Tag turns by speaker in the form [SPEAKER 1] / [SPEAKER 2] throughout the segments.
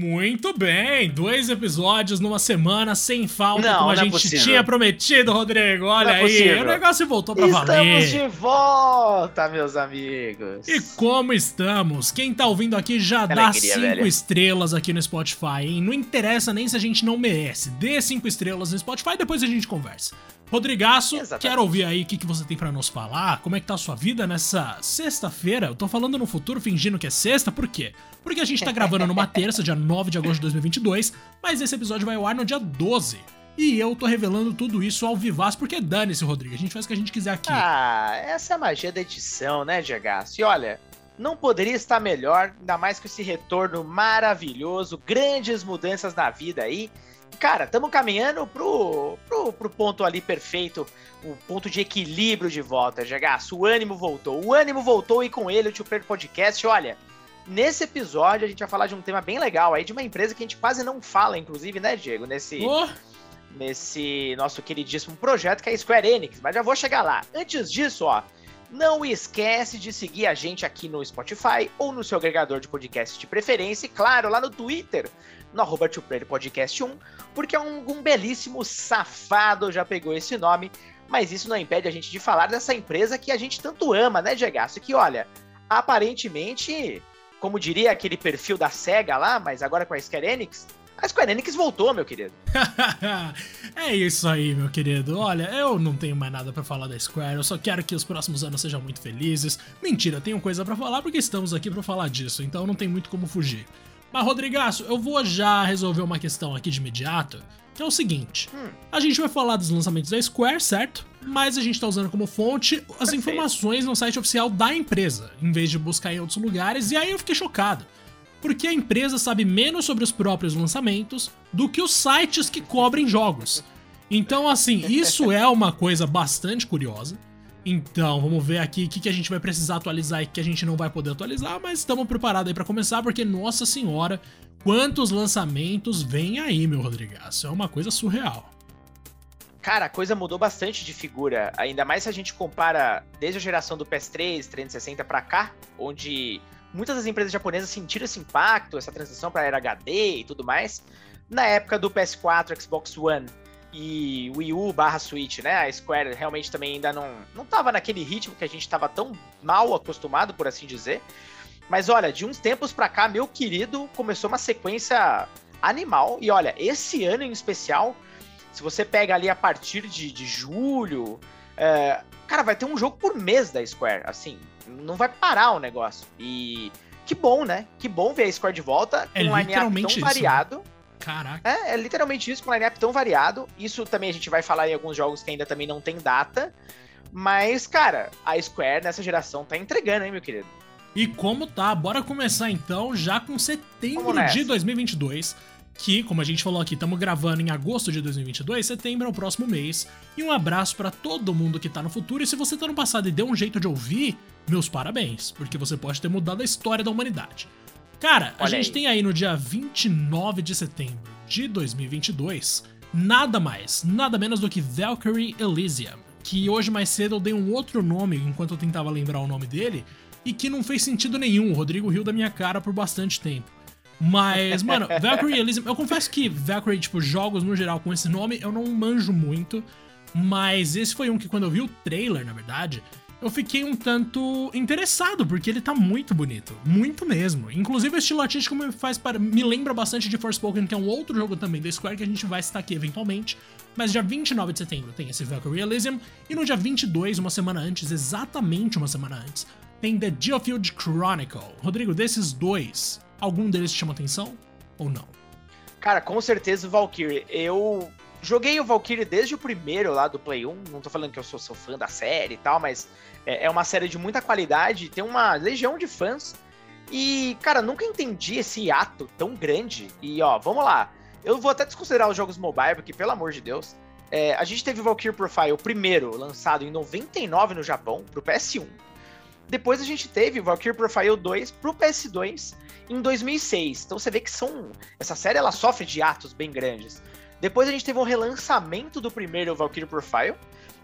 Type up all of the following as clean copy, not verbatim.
[SPEAKER 1] Muito bem, 2 episódios numa semana, sem falta,
[SPEAKER 2] Não,
[SPEAKER 1] como a
[SPEAKER 2] não é
[SPEAKER 1] gente
[SPEAKER 2] possível.
[SPEAKER 1] tinha prometido, Rodrigo. Olha
[SPEAKER 2] Não é
[SPEAKER 1] aí,
[SPEAKER 2] possível.
[SPEAKER 1] o negócio voltou pra
[SPEAKER 2] Estamos
[SPEAKER 1] valer.
[SPEAKER 2] de volta, meus amigos.
[SPEAKER 1] E como estamos? Quem tá ouvindo aqui já
[SPEAKER 2] Que
[SPEAKER 1] dá
[SPEAKER 2] alegria,
[SPEAKER 1] 5
[SPEAKER 2] velho.
[SPEAKER 1] estrelas aqui no Spotify, hein? Não interessa nem se a gente não merece. Dê 5 estrelas no Spotify, depois a gente conversa. Rodrigaço,
[SPEAKER 2] Exatamente.
[SPEAKER 1] quero ouvir aí o que você tem pra nos falar. Como é que tá a sua vida nessa sexta-feira? Eu tô falando no futuro fingindo que é sexta, por quê? Porque a gente tá gravando numa terça, dia 9 de agosto de 2022, mas esse episódio vai ao ar no dia 12. E eu tô revelando tudo isso ao vivaço, porque dane-se, Rodrigo, a gente faz o que a gente quiser aqui.
[SPEAKER 2] Ah, essa é a magia da edição, né, Diagaço? E olha, não poderia estar melhor, ainda mais com esse retorno maravilhoso, grandes mudanças na vida aí. Cara, estamos caminhando pro ponto ali perfeito, o ponto de equilíbrio de volta, Diagaço. O ânimo voltou e com ele o Tio Preto Podcast. Olha, nesse episódio a gente vai falar de um tema bem legal aí, de uma empresa que a gente quase não fala, inclusive, né, Diego? Nesse nosso queridíssimo projeto que é a Square Enix, mas já vou chegar lá. Antes disso, ó, não esquece de seguir a gente aqui no Spotify ou no seu agregador de podcast de preferência e, claro, lá no Twitter, no @TioPreitoPodcast1, porque um belíssimo safado já pegou esse nome, mas isso não impede a gente de falar dessa empresa que a gente tanto ama, né, Diego? Que, olha, aparentemente, como diria aquele perfil da SEGA lá, mas agora com a Square Enix voltou, meu querido.
[SPEAKER 1] É isso aí, meu querido. Olha, eu não tenho mais nada pra falar da Square, eu só quero que os próximos anos sejam muito felizes. Mentira, tenho coisa pra falar porque estamos aqui pra falar disso, então não tem muito como fugir. Mas, Rodrigaço, eu vou já resolver uma questão aqui de imediato, que é o seguinte. A gente vai falar dos lançamentos da Square, certo? Mas a gente tá usando como fonte as
[SPEAKER 2] Perfeito.
[SPEAKER 1] informações no site oficial da empresa, em vez de buscar em outros lugares, e aí eu fiquei chocado. Porque a empresa sabe menos sobre os próprios lançamentos do que os sites que cobrem jogos. Então, assim, isso é uma coisa bastante curiosa. Então, vamos ver aqui o que a gente vai precisar atualizar e o que a gente não vai poder atualizar, mas estamos preparados aí pra começar, porque, nossa senhora, quantos lançamentos vem aí, meu Rodrigaço? É uma coisa surreal.
[SPEAKER 2] Cara, a coisa mudou bastante de figura, ainda mais se a gente compara desde a geração do PS3, 360 pra cá, onde muitas das empresas japonesas sentiram esse impacto, essa transição para era HD e tudo mais. Na época do PS4, Xbox One e Wii U / Switch, né? A Square realmente também ainda não tava naquele ritmo que a gente tava tão mal acostumado, por assim dizer. Mas olha, de uns tempos pra cá, meu querido, começou uma sequência animal. E olha, esse ano em especial, se você pega ali a partir de julho, cara, vai ter um jogo por mês da Square, assim, não vai parar o negócio. E que bom, né? Que bom ver a Square de volta com um line-up tão variado.
[SPEAKER 1] Caraca.
[SPEAKER 2] É literalmente isso, com um line-up tão variado. Isso também a gente vai falar em alguns jogos que ainda também não tem data. Mas, cara, a Square nessa geração tá entregando, hein, meu querido?
[SPEAKER 1] E como tá? Bora começar então já com setembro
[SPEAKER 2] Vamos nessa.
[SPEAKER 1] de 2022, que, como a gente falou aqui, estamos gravando em agosto de 2022, setembro é o próximo mês. E um abraço pra todo mundo que tá no futuro. E se você tá no passado e deu um jeito de ouvir, meus parabéns, porque você pode ter mudado a história da humanidade. Cara, a
[SPEAKER 2] Olha
[SPEAKER 1] gente
[SPEAKER 2] aí.
[SPEAKER 1] tem aí no dia 29 de setembro de 2022, nada mais, nada menos do que Valkyrie Elysium, que hoje mais cedo eu dei um outro nome enquanto eu tentava lembrar o nome dele, e que não fez sentido nenhum, o Rodrigo riu da minha cara por bastante tempo. Mas, mano, Valkyrie Elysium, eu confesso que Valkyrie, tipo, jogos no geral com esse nome, eu não manjo muito, mas esse foi um que quando eu vi o trailer, na verdade, eu fiquei um tanto interessado, porque ele tá muito bonito, muito mesmo. Inclusive o estilo artístico me lembra bastante de Forspoken, que é um outro jogo também da Square que a gente vai citar aqui eventualmente. Mas dia 29 de setembro tem esse Valkyrie Elysium, e no dia 22, uma semana antes, exatamente uma semana antes, tem The Geofield Chronicle. Rodrigo, desses dois, algum deles te chama atenção ou não?
[SPEAKER 2] Cara, com certeza o Valkyrie. Eu joguei o Valkyrie desde o primeiro lá do Play 1, não tô falando que eu sou fã da série e tal, mas é uma série de muita qualidade, tem uma legião de fãs, e, cara, nunca entendi esse hiato tão grande, e ó, vamos lá, eu vou até desconsiderar os jogos mobile, porque pelo amor de Deus, a gente teve o Valkyrie Profile, o primeiro, lançado em 99 no Japão, pro PS1, depois a gente teve o Valkyrie Profile 2 pro PS2 em 2006, então você vê que essa série ela sofre de hiatos bem grandes. Depois a gente teve um relançamento do primeiro Valkyrie Profile,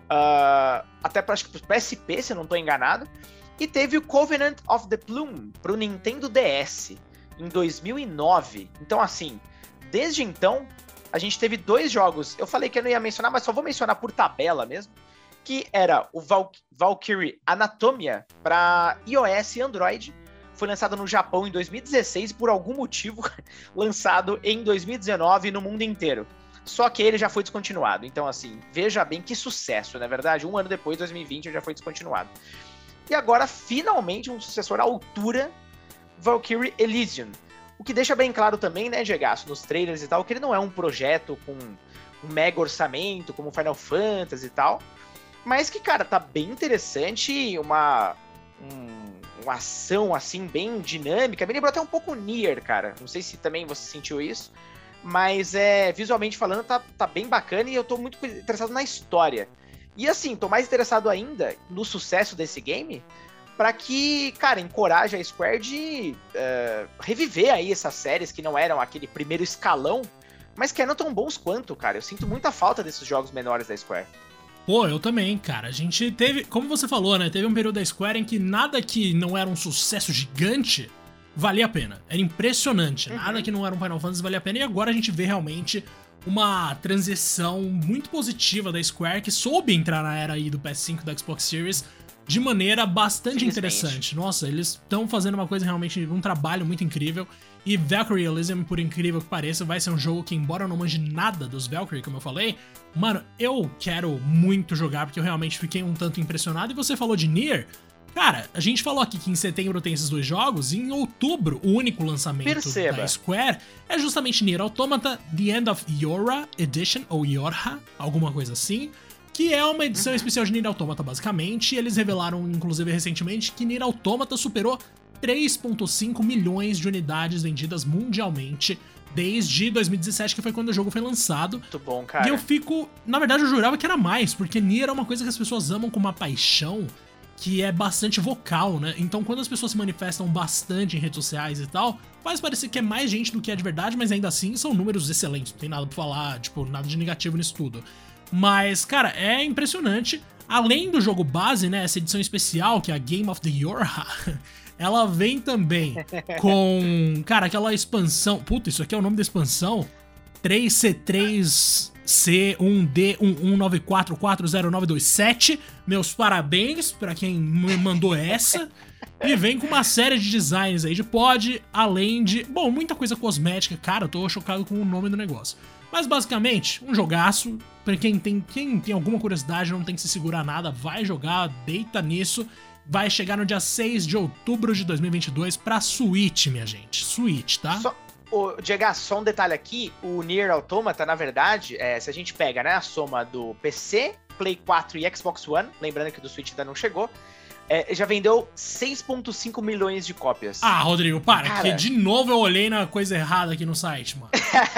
[SPEAKER 2] até acho que pro PSP, se eu não tô enganado, e teve o Covenant of the Plume pro Nintendo DS em 2009. Então, assim, desde então, a gente teve 2 jogos. Eu falei que eu não ia mencionar, mas só vou mencionar por tabela mesmo. Que era o Valkyrie Anatomia para iOS e Android. Foi lançado no Japão em 2016 e, por algum motivo, lançado em 2019 no mundo inteiro. Só que ele já foi descontinuado. Então, assim, veja bem que sucesso, não é verdade? 1 ano depois, 2020, ele já foi descontinuado. E agora, finalmente, um sucessor à altura, Valkyrie Elysium. O que deixa bem claro também, né, Diegaço, nos trailers e tal, que ele não é um projeto com um mega orçamento, como Final Fantasy e tal, mas que, cara, tá bem interessante, uma ação, assim, bem dinâmica. Me lembrou até um pouco Nier, cara. Não sei se também você sentiu isso, mas visualmente falando, tá bem bacana e eu tô muito interessado na história. E assim, tô mais interessado ainda no sucesso desse game, para que, cara, encoraje a Square de reviver aí essas séries que não eram aquele primeiro escalão, mas que eram tão bons quanto, cara. Eu sinto muita falta desses jogos menores da Square.
[SPEAKER 1] Pô, eu também, cara. A gente teve, como você falou, né? Teve um período da Square em que nada que não era um sucesso gigante valia a pena. Era impressionante. Nada que não era um Final Fantasy valia a pena. E agora a gente vê realmente uma transição muito positiva da Square, que soube entrar na era aí do PS5 e do Xbox Series de maneira bastante interessante. Nossa, eles estão fazendo uma coisa realmente, um trabalho muito incrível. E Valkyrie Elysium, por incrível que pareça, vai ser um jogo que, embora eu não manje nada dos Valkyrie, como eu falei, mano, eu quero muito jogar, porque eu realmente fiquei um tanto impressionado. E você falou de Nier. Cara, a gente falou aqui que em setembro tem esses 2 jogos, e em outubro, o único lançamento da Square é justamente Nier Automata The End of Yorha Edition, ou Yorha, alguma coisa assim, que é uma edição especial de Nier Automata, basicamente, e eles revelaram, inclusive, recentemente, que Nier Automata superou 3,5 milhões de unidades vendidas mundialmente desde 2017, que foi quando o jogo foi lançado.
[SPEAKER 2] Muito bom, cara.
[SPEAKER 1] E eu fico... Na verdade, eu jurava que era mais, porque Nier é uma coisa que as pessoas amam com uma paixão que é bastante vocal, né? Então, quando as pessoas se manifestam bastante em redes sociais e tal, faz parecer que é mais gente do que é de verdade, mas ainda assim são números excelentes, não tem nada pra falar, tipo, nada de negativo nisso tudo. Mas, cara, é impressionante. Além do jogo base, né, essa edição especial, que é a Game of the Yorha, ela vem também com, cara, aquela expansão... Puta, isso aqui é o nome da expansão? 3C3C1D119440927. Meus parabéns pra quem me mandou essa. E vem com uma série de designs aí de pod, além de... Bom, muita coisa cosmética. Cara, eu tô chocado com o nome do negócio. Mas basicamente, um jogaço. Pra quem tem alguma curiosidade, não tem que se segurar nada, vai jogar, deita nisso. Vai chegar no dia 6 de outubro de 2022 pra Switch, minha gente. Switch, tá?
[SPEAKER 2] Diego, só um detalhe aqui, o Nier Automata, na verdade, se a gente pega, né, a soma do PC, Play 4 e Xbox One, lembrando que o do Switch ainda não chegou, já vendeu 6,5 milhões de cópias.
[SPEAKER 1] Ah, Rodrigo, para, cara, que de novo eu olhei na coisa errada aqui no site, mano.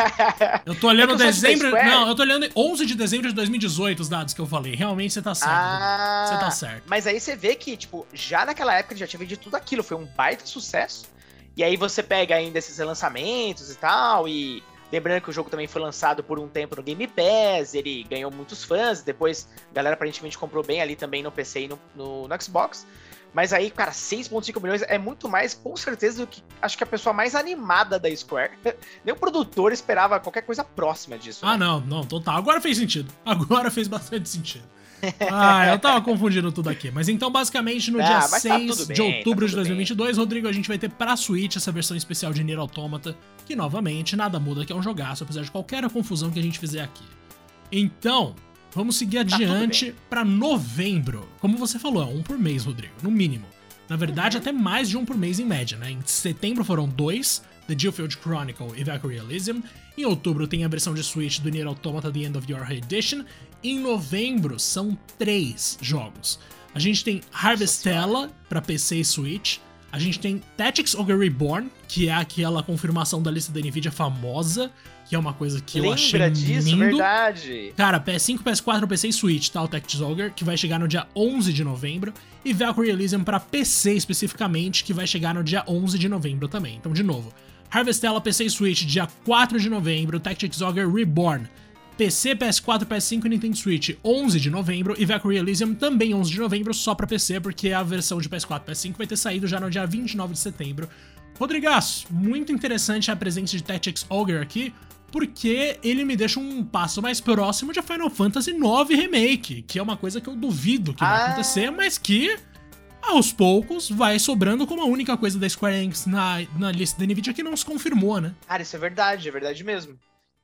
[SPEAKER 1] Eu tô olhando dezembro... Não, eu tô olhando 11 de dezembro de 2018 os dados que eu falei. Realmente você tá certo. Você tá certo.
[SPEAKER 2] Mas aí você vê que, tipo, já naquela época ele já tinha vendido tudo aquilo, foi um baita sucesso. E aí você pega ainda esses relançamentos e tal, e lembrando que o jogo também foi lançado por um tempo no Game Pass, ele ganhou muitos fãs, depois a galera aparentemente comprou bem ali também no PC e no Xbox. Mas aí, cara, 6,5 milhões é muito mais, com certeza, do que acho que a pessoa mais animada da Square. Nem o produtor esperava qualquer coisa próxima disso.
[SPEAKER 1] Ah, né? Não, total. Agora fez sentido. Agora fez bastante sentido. Eu tava confundindo tudo aqui. Mas então, basicamente, no dia 6 de outubro de 2022, Rodrigo, a gente vai ter pra Switch essa versão especial de Nier Automata, que, novamente, nada muda, que é um jogaço, apesar de qualquer confusão que a gente fizer aqui. Então, vamos seguir adiante pra novembro. Como você falou, é um por mês, Rodrigo, no mínimo. Na verdade, até mais de um por mês em média, né? Em setembro foram 2, The Dewfield Chronicle e Valkyrie Elysium. Em outubro tem a versão de Switch do Nier Automata The End of Yorha Edition. Em novembro são 3 jogos. A gente tem Harvestella para PC e Switch. A gente tem Tactics Ogre Reborn, que é aquela confirmação da lista da Nvidia famosa, que é uma coisa que eu achei lindo. Lembra disso,
[SPEAKER 2] verdade.
[SPEAKER 1] Cara, PS5, PS4, PC e Switch, tá? O Tactics Ogre, que vai chegar no dia 11 de novembro. E Valkyrie Elysium para PC especificamente, que vai chegar no dia 11 de novembro também. Então, de novo, Harvestella, PC e Switch, dia 4 de novembro. Tactics Ogre Reborn, PC, PS4, PS5 e Nintendo Switch, 11 de novembro. E Valkyrie Elysium também 11 de novembro, só pra PC, porque a versão de PS4 e PS5 vai ter saído já no dia 29 de setembro. Rodrigaço, muito interessante a presença de Tactics Ogre aqui, porque ele me deixa um passo mais próximo de Final Fantasy IX Remake, que é uma coisa que eu duvido que vai acontecer, mas que aos poucos vai sobrando como a única coisa da Square Enix na lista da Nvidia que não se confirmou, né?
[SPEAKER 2] Cara, isso é verdade mesmo.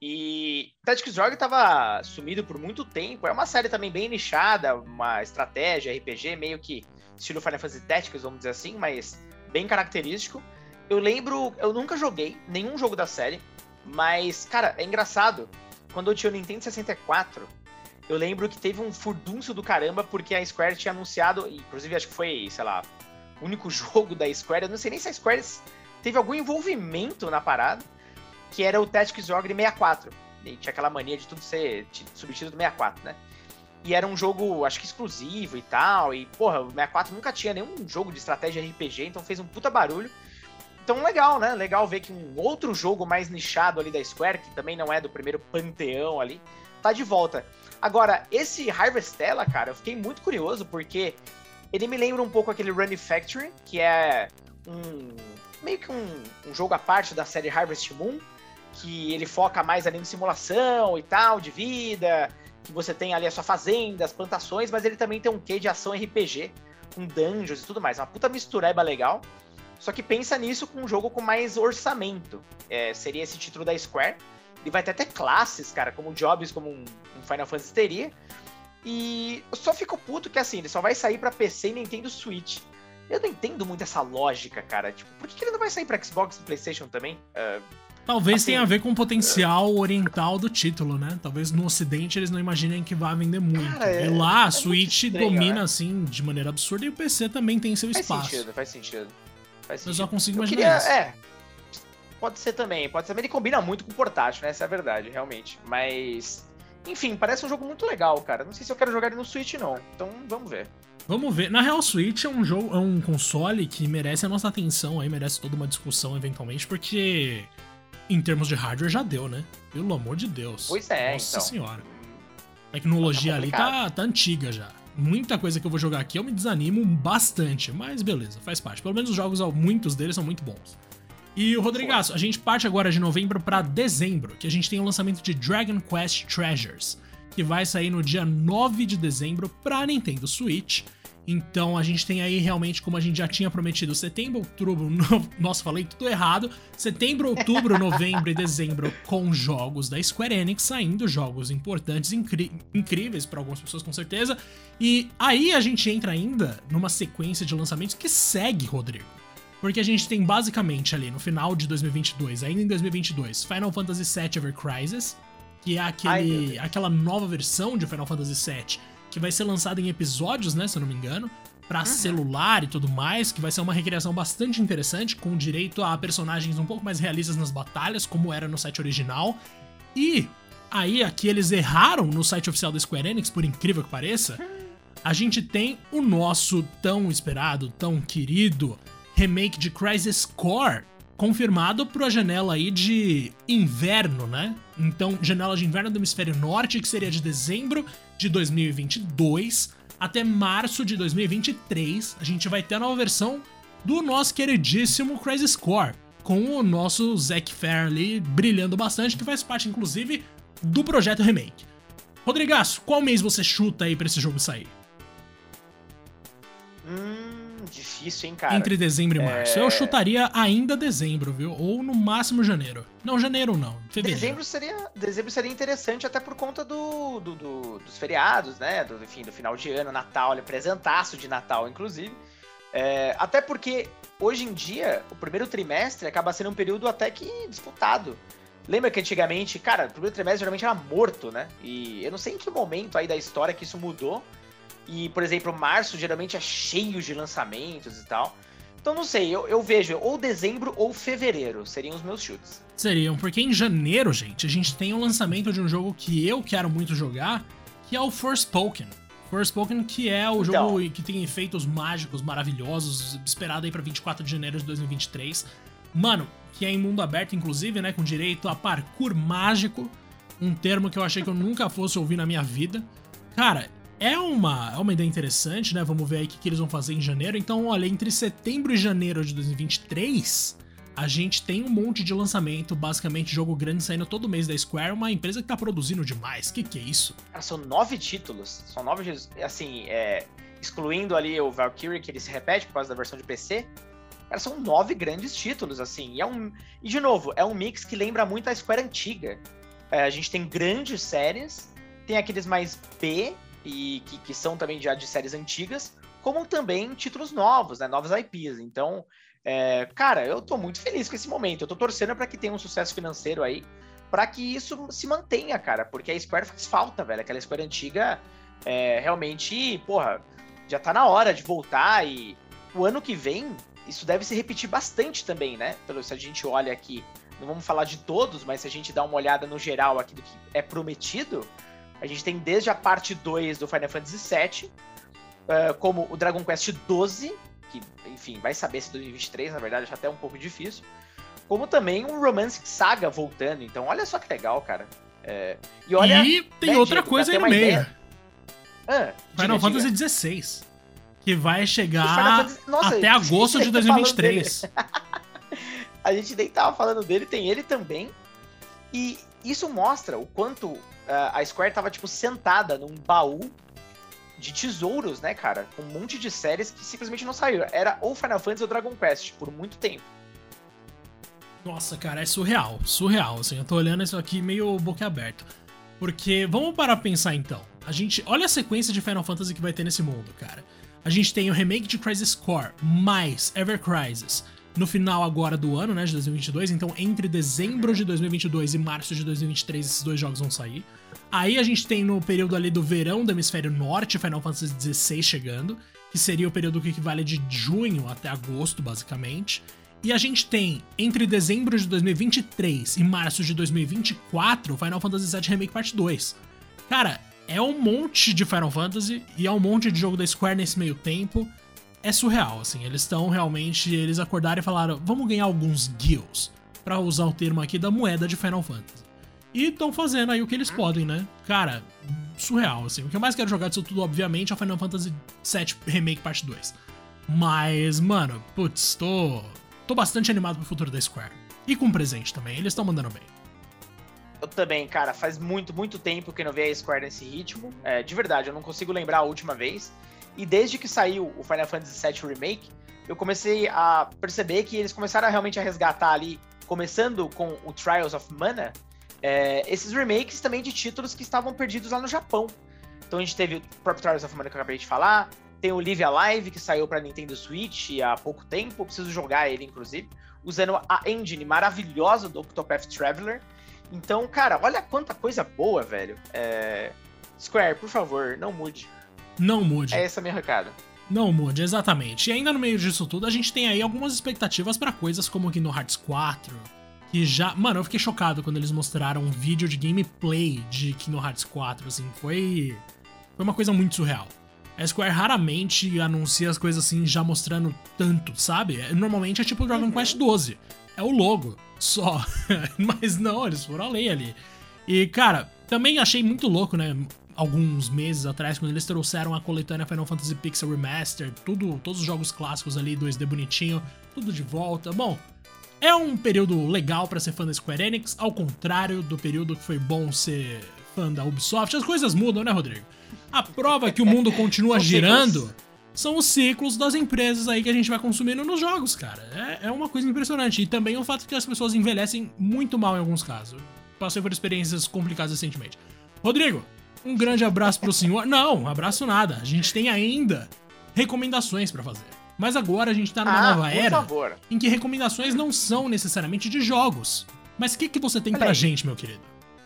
[SPEAKER 2] E Tactics Ogre tava sumido por muito tempo, é uma série também bem nichada, uma estratégia, RPG, meio que estilo Final Fantasy Tactics, vamos dizer assim, mas bem característico. Eu lembro, eu nunca joguei nenhum jogo da série, mas, cara, é engraçado. Quando eu tinha o Nintendo 64, eu lembro que teve um furdúncio do caramba, porque a Square tinha anunciado, inclusive acho que foi, sei lá, o único jogo da Square, eu não sei nem se a Square teve algum envolvimento na parada, que era o Tactics Ogre 64. E tinha aquela mania de tudo ser subtítulo do 64, né? E era um jogo, acho que exclusivo e tal, e, porra, o 64 nunca tinha nenhum jogo de estratégia RPG, então fez um puta barulho. Então, legal, né? Legal ver que um outro jogo mais nichado ali da Square, que também não é do primeiro panteão ali, tá de volta. Agora, esse Harvestella, cara, eu fiquei muito curioso, porque ele me lembra um pouco aquele Run Factory, que é meio que um jogo à parte da série Harvest Moon, que ele foca mais ali em simulação e tal, de vida, que você tem ali a sua fazenda, as plantações, mas ele também tem um quê de ação RPG, com dungeons e tudo mais. Uma puta mistureba legal. Só que pensa nisso com um jogo com mais orçamento. Seria esse título da Square. Ele vai ter até classes, cara, como jobs, como um Final Fantasy teria. E eu só fico puto que, assim, ele só vai sair pra PC e Nintendo Switch. Eu não entendo muito essa lógica, cara. Tipo, por que ele não vai sair pra Xbox e PlayStation também?
[SPEAKER 1] Talvez
[SPEAKER 2] assim,
[SPEAKER 1] tenha a ver com o potencial oriental do título, né? Talvez no ocidente eles não imaginem que vai vender muito.
[SPEAKER 2] Cara,
[SPEAKER 1] e lá a Switch
[SPEAKER 2] estranho,
[SPEAKER 1] domina,
[SPEAKER 2] né?
[SPEAKER 1] assim, de maneira absurda, e o PC também tem seu espaço.
[SPEAKER 2] Faz sentido.
[SPEAKER 1] Eu só consigo imaginar isso.
[SPEAKER 2] Pode ser também. Ele combina muito com o portátil, né? Essa é a verdade, realmente. Mas, enfim, parece um jogo muito legal, cara. Não sei se eu quero jogar ele no Switch, não. Então, vamos ver.
[SPEAKER 1] Vamos ver. Na real, o Switch é um console que merece a nossa atenção aí, merece toda uma discussão eventualmente, porque em termos de hardware já deu, né? Pelo amor de Deus.
[SPEAKER 2] Pois é,
[SPEAKER 1] Nossa
[SPEAKER 2] então.
[SPEAKER 1] senhora. A tecnologia ali tá antiga já. Muita coisa que eu vou jogar aqui eu me desanimo bastante, mas beleza, faz parte. Pelo menos os jogos, muitos deles são muito bons. E o Rodrigaço, a gente parte agora de novembro pra dezembro, que a gente tem o lançamento de Dragon Quest Treasures, que vai sair no dia 9 de dezembro pra Nintendo Switch. Então a gente tem aí realmente, como a gente já tinha prometido, setembro, outubro, nossa, falei tudo errado, setembro, outubro, novembro e dezembro com jogos da Square Enix saindo, jogos importantes, incríveis para algumas pessoas com certeza. E aí a gente entra ainda numa sequência de lançamentos que segue, Rodrigo. Porque a gente tem basicamente ali no final de 2022, ainda em 2022, Final Fantasy VII Ever Crisis, que é aquela nova versão de Final Fantasy VII que vai ser lançada em episódios, né, se eu não me engano, pra celular e tudo mais, que vai ser uma recriação bastante interessante, com direito a personagens um pouco mais realistas nas batalhas, como era no site original. E aí, aqui eles erraram no site oficial da Square Enix, por incrível que pareça, a gente tem o nosso tão esperado, tão querido remake de Crisis Core, confirmado pra janela aí de inverno, né? Então, janela de inverno do hemisfério norte, que seria de dezembro de 2022 até março de 2023. A gente vai ter a nova versão do nosso queridíssimo Crisis Core, com o nosso Zack Fair ali brilhando bastante, que faz parte, inclusive, do projeto Remake. Rodrigaço, qual mês você chuta aí pra esse jogo sair?
[SPEAKER 2] Difícil, hein, cara?
[SPEAKER 1] Entre dezembro e março. Eu chutaria ainda dezembro, viu? Ou no máximo janeiro. Não, janeiro não. Fevereiro.
[SPEAKER 2] Dezembro seria interessante até por conta dos feriados, né? Do final de ano, Natal, presentaço de Natal, inclusive. Até porque, hoje em dia, o primeiro trimestre acaba sendo um período até que disputado. Lembra que antigamente, cara, o primeiro trimestre geralmente era morto, né? E eu não sei em que momento aí da história que isso mudou. E, por exemplo, março geralmente é cheio de lançamentos e tal. Então, não sei, eu vejo ou dezembro ou fevereiro, seriam os meus chutes.
[SPEAKER 1] Seriam, porque em janeiro, gente, a gente tem o lançamento de um jogo que eu quero muito jogar, que é o Forspoken. Forspoken, que é o jogo que tem efeitos mágicos maravilhosos, esperado aí pra 24 de janeiro de 2023. Mano, que é em mundo aberto, inclusive, né, com direito a parkour mágico, um termo que eu achei que eu nunca fosse ouvir na minha vida. Cara, é uma ideia interessante, né? Vamos ver aí o que eles vão fazer em janeiro. Então, olha, entre setembro e janeiro de 2023, a gente tem um monte de lançamento, basicamente jogo grande saindo todo mês da Square, uma empresa que tá produzindo demais. Que é isso?
[SPEAKER 2] Cara, são 9 títulos. São 9, assim, excluindo ali o Valkyrie, que ele se repete por causa da versão de PC. Cara, são 9 grandes títulos, assim. E de novo, é um mix que lembra muito a Square antiga. A gente tem grandes séries, tem aqueles mais B, e que são também já de séries antigas, como também títulos novos, né? Novas IPs. Então, cara, eu tô muito feliz com esse momento. Eu tô torcendo para que tenha um sucesso financeiro aí, para que isso se mantenha, cara. Porque a Square faz falta, velho. Aquela Square antiga, realmente, porra, já tá na hora de voltar. E o ano que vem, isso deve se repetir bastante também, né? Se a gente olha aqui, não vamos falar de todos, mas se a gente dá uma olhada no geral aqui do que é prometido, a gente tem desde a parte 2 do Final Fantasy VII, como o Dragon Quest XII, que, enfim, vai saber se 2023, na verdade, acho até um pouco difícil, como também um Romance Saga voltando. Então, olha só que legal, cara. E olha,
[SPEAKER 1] e tem outra
[SPEAKER 2] Diego,
[SPEAKER 1] coisa aí no meio. Final
[SPEAKER 2] diga.
[SPEAKER 1] Fantasy XVI, que vai chegar até agosto de 2023.
[SPEAKER 2] A gente nem tava falando dele, tem ele também. E isso mostra o quanto a Square tava, tipo, sentada num baú de tesouros, né, cara? Com um monte de séries que simplesmente não saíram. Era ou Final Fantasy ou Dragon Quest, por muito tempo.
[SPEAKER 1] Nossa, cara, é surreal. Surreal, assim. Eu tô olhando isso aqui meio boquiaberto. Porque, vamos parar pra pensar, então. Olha a sequência de Final Fantasy que vai ter nesse mundo, cara. A gente tem o remake de Crisis Core, mais Ever Crisis, no final agora do ano, né, de 2022. Então, entre dezembro de 2022 e março de 2023, esses dois jogos vão sair. Aí a gente tem no período ali do verão do hemisfério norte, Final Fantasy XVI chegando, que seria o período que equivale de junho até agosto, basicamente. E a gente tem, entre dezembro de 2023 e março de 2024, Final Fantasy VII Remake Parte 2. Cara, é um monte de Final Fantasy e é um monte de jogo da Square nesse meio tempo. É surreal, assim. Eles estão realmente... Eles acordaram e falaram, vamos ganhar alguns gills, pra usar o termo aqui da moeda de Final Fantasy. E estão fazendo aí o que eles podem, né? Cara, surreal, assim. O que eu mais quero jogar disso tudo, obviamente, é o Final Fantasy VII Remake Parte 2. Mas, mano, putz, tô bastante animado pro futuro da Square. E com presente também, eles estão mandando bem.
[SPEAKER 2] Eu também, cara, faz muito, muito tempo que eu não vejo a Square nesse ritmo. De verdade, eu não consigo lembrar a última vez. E desde que saiu o Final Fantasy VII Remake, eu comecei a perceber que eles começaram realmente a resgatar ali, começando com o Trials of Mana, esses remakes também de títulos que estavam perdidos lá no Japão. Então a gente teve o próprio Trials of Mana que eu acabei de falar, tem o Live Alive, que saiu pra Nintendo Switch há pouco tempo, eu preciso jogar ele, inclusive, usando a engine maravilhosa do Octopath Traveler. Então, cara, olha quanta coisa boa, velho. Square, por favor, não mude.
[SPEAKER 1] Não mude.
[SPEAKER 2] Esse é o meu recado.
[SPEAKER 1] Não mude, exatamente. E ainda no meio disso tudo, a gente tem aí algumas expectativas pra coisas como Kingdom Hearts 4, que já... Mano, eu fiquei chocado quando eles mostraram um vídeo de gameplay de Kingdom Hearts 4, assim, foi uma coisa muito surreal. A Square raramente anuncia as coisas assim, já mostrando tanto, sabe? Normalmente é tipo o Dragon Quest XII. É o logo, só. Mas não, eles foram além ali. E, cara, também achei muito louco, né? Alguns meses atrás, quando eles trouxeram a coletânea Final Fantasy Pixel Remaster, todos os jogos clássicos ali, 2D bonitinho, tudo de volta. Bom, é um período legal pra ser fã da Square Enix, ao contrário do período que foi bom ser fã da Ubisoft. As coisas mudam, né, Rodrigo? A prova que o mundo continua girando são os ciclos das empresas aí que a gente vai consumindo nos jogos, cara. É uma coisa impressionante. E também o fato que as pessoas envelhecem muito mal em alguns casos. Passei por experiências complicadas recentemente. Rodrigo, um grande abraço pro senhor. Não, abraço nada. A gente tem ainda recomendações pra fazer. Mas agora a gente tá numa nova era em que recomendações não são necessariamente de jogos. Mas o que você tem pra gente, meu querido?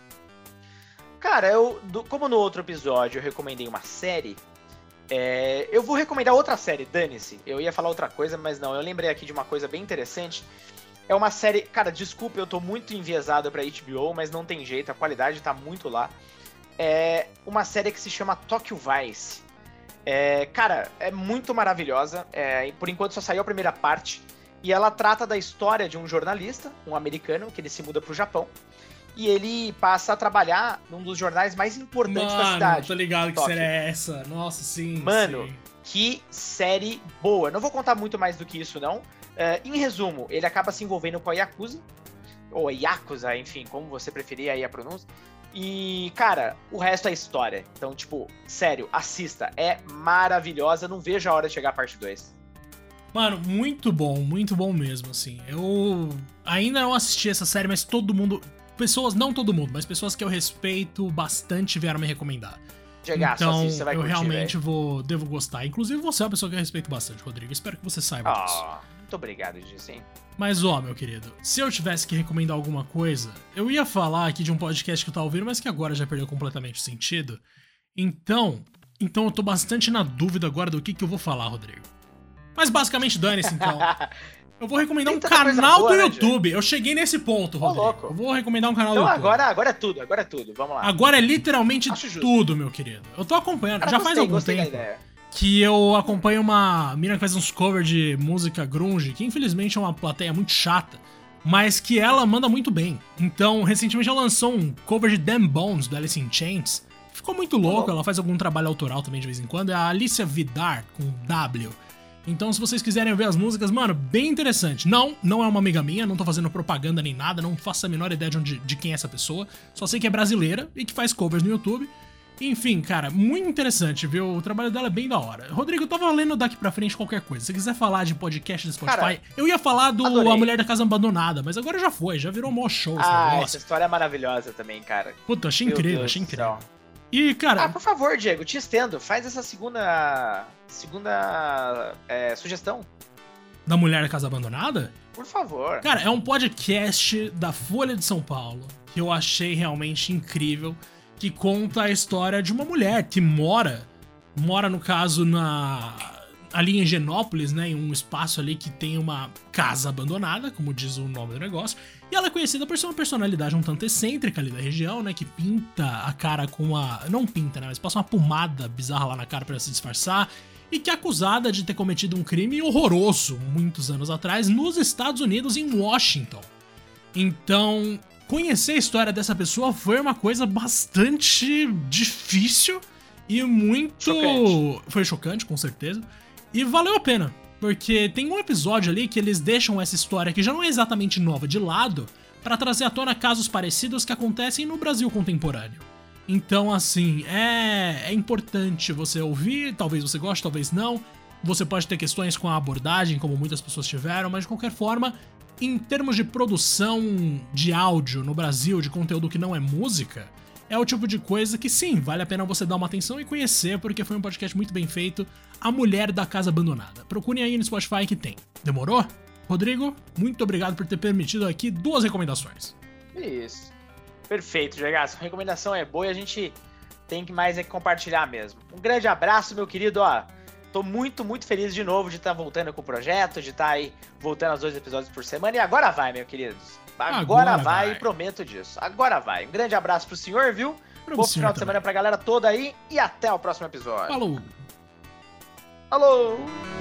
[SPEAKER 2] Cara, como no outro episódio eu recomendei uma série, eu vou recomendar outra série, dane-se. Eu ia falar outra coisa, mas não. Eu lembrei aqui de uma coisa bem interessante. É uma série... Cara, desculpa, eu tô muito enviesado pra HBO, mas não tem jeito, a qualidade tá muito lá. É uma série que se chama Tokyo Vice. Cara, é muito maravilhosa. Por enquanto só saiu a primeira parte. E ela trata da história de um jornalista, um americano, que ele se muda pro Japão. E ele passa a trabalhar num dos jornais mais importantes da cidade.
[SPEAKER 1] Mano, tô ligado que série é essa. Nossa, sim.
[SPEAKER 2] Mano,
[SPEAKER 1] sim.
[SPEAKER 2] Que série boa. Não vou contar muito mais do que isso, não. Em resumo, ele acaba se envolvendo com a Yakuza, ou Yakuza, enfim, como você preferir aí a pronúncia. E, cara, o resto é história. Então, tipo, sério, assista. É maravilhosa. Não vejo a hora de chegar a parte 2.
[SPEAKER 1] Mano, muito bom mesmo, assim. Eu ainda não assisti essa série, mas todo mundo... Pessoas, não todo mundo, mas pessoas que eu respeito bastante vieram me recomendar. Então, assiste, você vai curtir, realmente devo gostar. Inclusive, você é uma pessoa que eu respeito bastante, Rodrigo. Espero que você saiba disso.
[SPEAKER 2] Muito obrigado, Gissim.
[SPEAKER 1] Mas, meu querido, se eu tivesse que recomendar alguma coisa, eu ia falar aqui de um podcast que eu tava ouvindo, mas que agora já perdeu completamente o sentido. Então eu tô bastante na dúvida agora do que eu vou falar, Rodrigo. Mas basicamente, dane-se, então. Eu vou recomendar um canal boa, do YouTube. Eu cheguei nesse ponto, Rodrigo. Louco. Eu vou recomendar um canal do YouTube.
[SPEAKER 2] Então agora é tudo. Vamos lá.
[SPEAKER 1] Agora é literalmente tudo, meu querido. Eu tô acompanhando. Cara, já faz algum tempo que eu acompanho uma mina que faz uns covers de música grunge, que infelizmente é uma plateia muito chata, mas que ela manda muito bem. Então, recentemente ela lançou um cover de Damn Bones, do Alice in Chains. Ficou muito louco, ela faz algum trabalho autoral também de vez em quando. É a Alicia Vidar, com W. Então, se vocês quiserem ver as músicas, mano, bem interessante. Não é uma amiga minha, não tô fazendo propaganda nem nada, não faço a menor ideia de quem é essa pessoa. Só sei que é brasileira e que faz covers no YouTube. Enfim, cara, muito interessante, viu? O trabalho dela é bem da hora. Rodrigo, eu tava lendo daqui pra frente qualquer coisa. Se você quiser falar de podcast do Spotify, cara, eu ia falar do A Mulher da Casa Abandonada, mas agora já virou mó show esse negócio.
[SPEAKER 2] Essa história é maravilhosa também, cara.
[SPEAKER 1] Puta, achei incrível. E, cara...
[SPEAKER 2] por favor, Diego, te estendo. Faz essa segunda sugestão.
[SPEAKER 1] Da Mulher da Casa Abandonada?
[SPEAKER 2] Por favor.
[SPEAKER 1] Cara, é um podcast da Folha de São Paulo que eu achei realmente incrível, que conta a história de uma mulher que mora no caso, ali em Genópolis, né, em um espaço ali que tem uma casa abandonada, como diz o nome do negócio, e ela é conhecida por ser uma personalidade um tanto excêntrica ali da região, né, que pinta a cara com não pinta, né, mas passa uma pomada bizarra lá na cara pra se disfarçar, e que é acusada de ter cometido um crime horroroso muitos anos atrás nos Estados Unidos, em Washington. Então, conhecer a história dessa pessoa foi uma coisa bastante difícil e muito... Foi chocante, com certeza. E valeu a pena, porque tem um episódio ali que eles deixam essa história, que já não é exatamente nova, de lado, pra trazer à tona casos parecidos que acontecem no Brasil contemporâneo. Então, assim, é importante você ouvir, talvez você goste, talvez não. Você pode ter questões com a abordagem, como muitas pessoas tiveram, mas de qualquer forma, em termos de produção de áudio no Brasil, de conteúdo que não é música, é o tipo de coisa que sim, vale a pena você dar uma atenção e conhecer, porque foi um podcast muito bem feito, A Mulher da Casa Abandonada. Procurem aí no Spotify que tem. Demorou? Rodrigo, muito obrigado por ter permitido aqui 2 recomendações.
[SPEAKER 2] Isso. Perfeito, Gegaço. A recomendação é boa e a gente tem que mais compartilhar mesmo. Um grande abraço, meu querido. Tô muito, muito feliz de novo de estar voltando com o projeto, de estar aí voltando aos 2 episódios por semana. E agora vai, meus queridos. Agora vai e prometo disso. Agora vai. Um grande abraço pro senhor, viu? Bom final de semana pra galera toda aí e até o próximo episódio.
[SPEAKER 1] Falou!
[SPEAKER 2] Falou!